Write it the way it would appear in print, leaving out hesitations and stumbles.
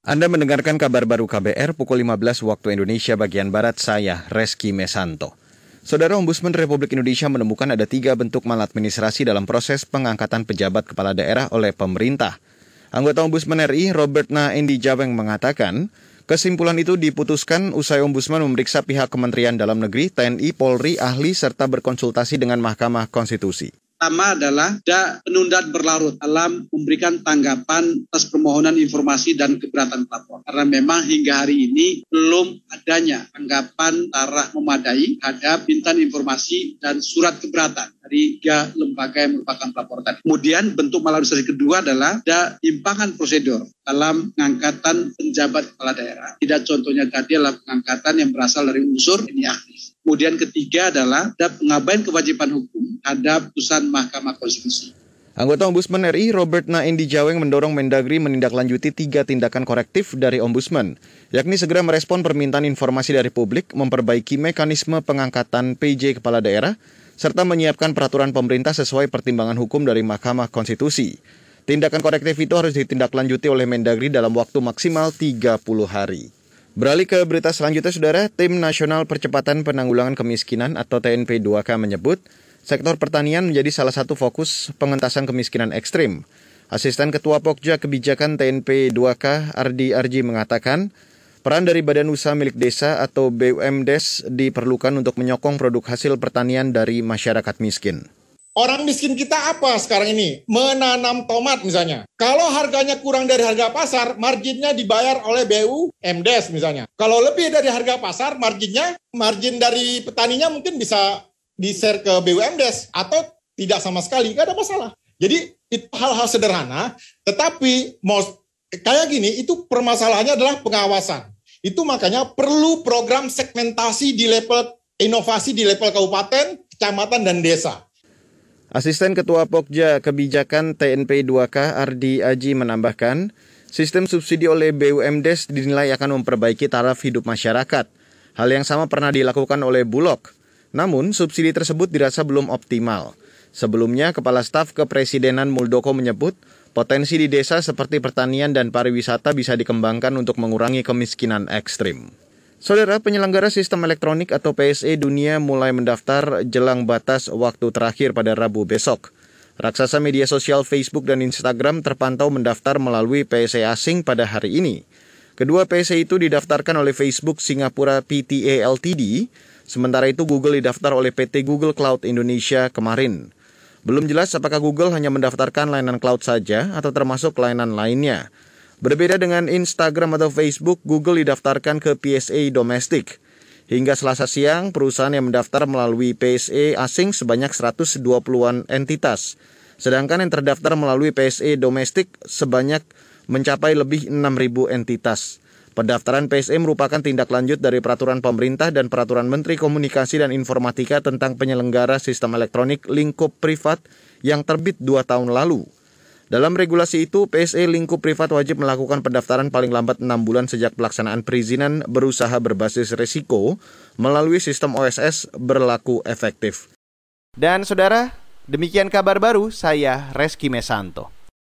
Anda mendengarkan kabar baru KBR pukul 15 waktu Indonesia bagian Barat, saya Reski Mesanto. Saudara Ombudsman Republik Indonesia menemukan ada 3 bentuk maladministrasi dalam proses pengangkatan pejabat kepala daerah oleh pemerintah. Anggota Ombudsman RI Robert Naendi Jaweng mengatakan, kesimpulan itu diputuskan usai Ombudsman memeriksa pihak Kementerian Dalam Negeri, TNI, Polri, ahli, serta berkonsultasi dengan Mahkamah Konstitusi. Pertama adalah ada penundaan berlarut dalam memberikan tanggapan atas permohonan informasi dan keberatan pelapor. Karena memang hingga hari ini belum adanya tanggapan secara memadai terhadap permintaan informasi dan surat keberatan dari 3 lembaga yang merupakan pelapor tadi. Kemudian bentuk maladministrasi kedua adalah ada timpangan prosedur dalam pengangkatan penjabat kepala daerah. Tidak contohnya tadi adalah pengangkatan yang berasal dari unsur ini aktif. Kemudian ketiga adalah ada pengabaian kewajiban hukum terhadap putusan Mahkamah Konstitusi. Anggota Ombudsman RI Robert Naendi Jaweng mendorong Mendagri menindaklanjuti 3 tindakan korektif dari Ombudsman, yakni segera merespon permintaan informasi dari publik, memperbaiki mekanisme pengangkatan PJ kepala daerah, serta menyiapkan peraturan pemerintah sesuai pertimbangan hukum dari Mahkamah Konstitusi. Tindakan korektif itu harus ditindaklanjuti oleh Mendagri dalam waktu maksimal 30 hari. Beralih ke berita selanjutnya, Saudara, Tim Nasional Percepatan Penanggulangan Kemiskinan atau TNP 2K menyebut, sektor pertanian menjadi salah satu fokus pengentasan kemiskinan ekstrim. Asisten Ketua Pokja Kebijakan TNP 2K, Ardi Arji mengatakan, peran dari Badan Usaha Milik Desa atau BUMDes diperlukan untuk menyokong produk hasil pertanian dari masyarakat miskin. Orang miskin kita apa sekarang ini? Menanam tomat misalnya. Kalau harganya kurang dari harga pasar, marginnya dibayar oleh BUMDes misalnya. Kalau lebih dari harga pasar, margin dari petaninya mungkin bisa di-share ke BUMDes atau tidak sama sekali, nggak ada masalah. Jadi itu hal-hal sederhana, tetapi kayak gini, itu permasalahannya adalah pengawasan. Itu makanya perlu program segmentasi di level inovasi di level kabupaten, kecamatan, dan desa. Asisten Ketua Pokja Kebijakan TNP 2K Ardi Aji menambahkan, sistem subsidi oleh BUMDes dinilai akan memperbaiki taraf hidup masyarakat. Hal yang sama pernah dilakukan oleh Bulog. Namun, subsidi tersebut dirasa belum optimal. Sebelumnya, Kepala Staf Kepresidenan Muldoko menyebut, potensi di desa seperti pertanian dan pariwisata bisa dikembangkan untuk mengurangi kemiskinan ekstrim. Saudara, penyelenggara sistem elektronik atau PSE dunia mulai mendaftar jelang batas waktu terakhir pada Rabu besok. Raksasa media sosial Facebook dan Instagram terpantau mendaftar melalui PSE asing pada hari ini. Kedua PSE itu didaftarkan oleh Facebook Singapura PTA Ltd, sementara itu Google didaftar oleh PT Google Cloud Indonesia kemarin. Belum jelas apakah Google hanya mendaftarkan layanan cloud saja atau termasuk layanan lainnya. Berbeda dengan Instagram atau Facebook, Google didaftarkan ke PSE domestik. Hingga Selasa siang, perusahaan yang mendaftar melalui PSE asing sebanyak 120-an entitas. Sedangkan yang terdaftar melalui PSE domestik sebanyak mencapai lebih 6.000 entitas. Pendaftaran PSE merupakan tindak lanjut dari peraturan pemerintah dan peraturan Menteri Komunikasi dan Informatika tentang penyelenggara sistem elektronik lingkup privat yang terbit 2 tahun lalu. Dalam regulasi itu, PSE lingkup privat wajib melakukan pendaftaran paling lambat 6 bulan sejak pelaksanaan perizinan berusaha berbasis risiko melalui sistem OSS berlaku efektif. Dan saudara, demikian kabar baru, saya Reski Mesanto.